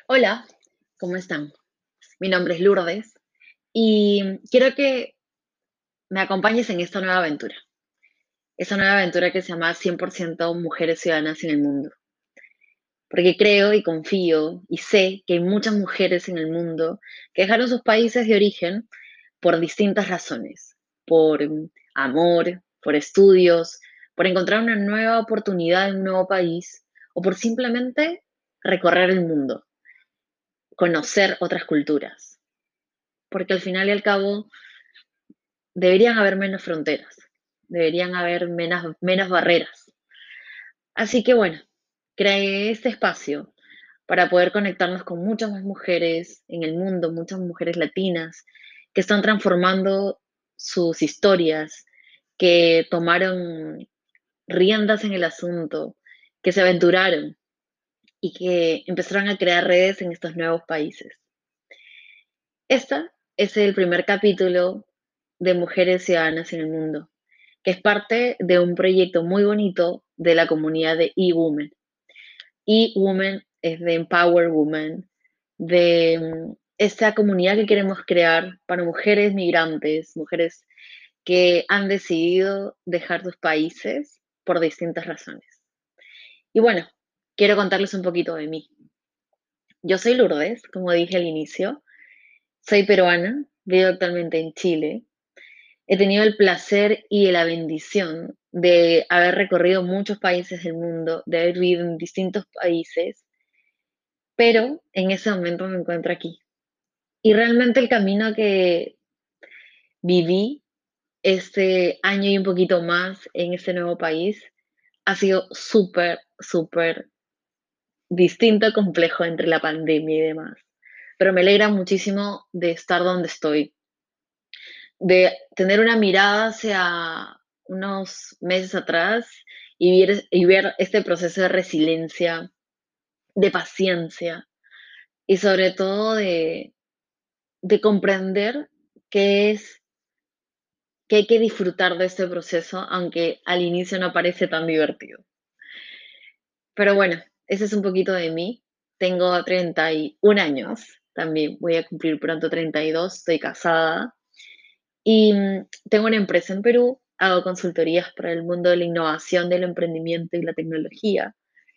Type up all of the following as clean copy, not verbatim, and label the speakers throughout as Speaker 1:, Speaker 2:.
Speaker 1: Hola, ¿cómo están? Mi nombre es Lourdes y quiero que me acompañes en esta nueva aventura. Esa nueva aventura que se llama 100% Mujeres Ciudadanas en el Mundo. Porque creo y confío y sé que hay muchas mujeres en el mundo que dejaron sus países de origen por distintas razones. Por amor, por estudios, por encontrar una nueva oportunidad en un nuevo país o por simplemente recorrer el mundo, conocer otras culturas. Porque al final y al cabo deberían haber menos fronteras, deberían haber menos barreras. Así que bueno, creé este espacio para poder conectarnos con muchas más mujeres en el mundo, muchas mujeres latinas que están transformando sus historias, que tomaron riendas en el asunto, que se aventuraron y que empezaron a crear redes en estos nuevos países. Este es el primer capítulo de Mujeres Ciudadanas en el Mundo, que es parte de un proyecto muy bonito de la comunidad de eWomen. eWomen es de Empower Women, de esta comunidad que queremos crear para mujeres migrantes, mujeres que han decidido dejar sus países por distintas razones. Y bueno, quiero contarles un poquito de mí. Yo soy Lourdes, como dije al inicio, soy peruana, vivo actualmente en Chile. He tenido el placer y la bendición de haber recorrido muchos países del mundo, de haber vivido en distintos países, pero en ese momento me encuentro aquí. Y realmente el camino que viví este año y un poquito más en este nuevo país ha sido súper, súper distinto, complejo entre la pandemia y demás. Pero me alegra muchísimo de estar donde estoy, de tener una mirada hacia unos meses atrás y ver este proceso de resiliencia, de paciencia y sobre todo de comprender qué es, que hay que disfrutar de este proceso, aunque al inicio no parece tan divertido. Pero bueno, ese es un poquito de mí. Tengo 31 años, también voy a cumplir pronto 32, estoy casada. Y tengo una empresa en Perú, hago consultorías para el mundo de la innovación, del emprendimiento y la tecnología.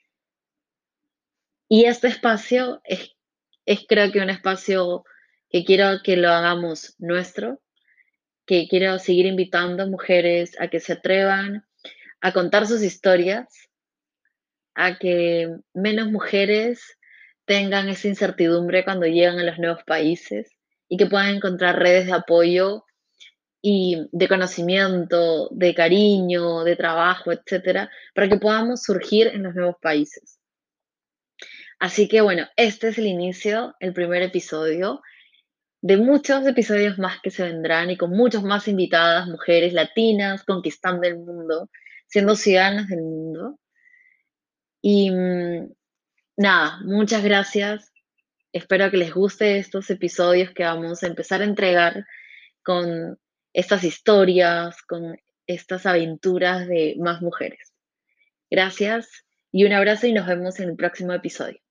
Speaker 1: Y este espacio es creo que un espacio que quiero que lo hagamos nuestro, que quiero seguir invitando a mujeres a que se atrevan a contar sus historias, a que menos mujeres tengan esa incertidumbre cuando llegan a los nuevos países y que puedan encontrar redes de apoyo y de conocimiento, de cariño, de trabajo, etcétera, para que podamos surgir en los nuevos países. Así que bueno, este es el inicio, el primer episodio de muchos episodios más que se vendrán y con muchas más invitadas, mujeres latinas conquistando el mundo, siendo ciudadanas del mundo. Y nada, muchas gracias. Espero que les guste estos episodios que vamos a empezar a entregar con estas historias, con estas aventuras de más mujeres. Gracias y un abrazo y nos vemos en el próximo episodio.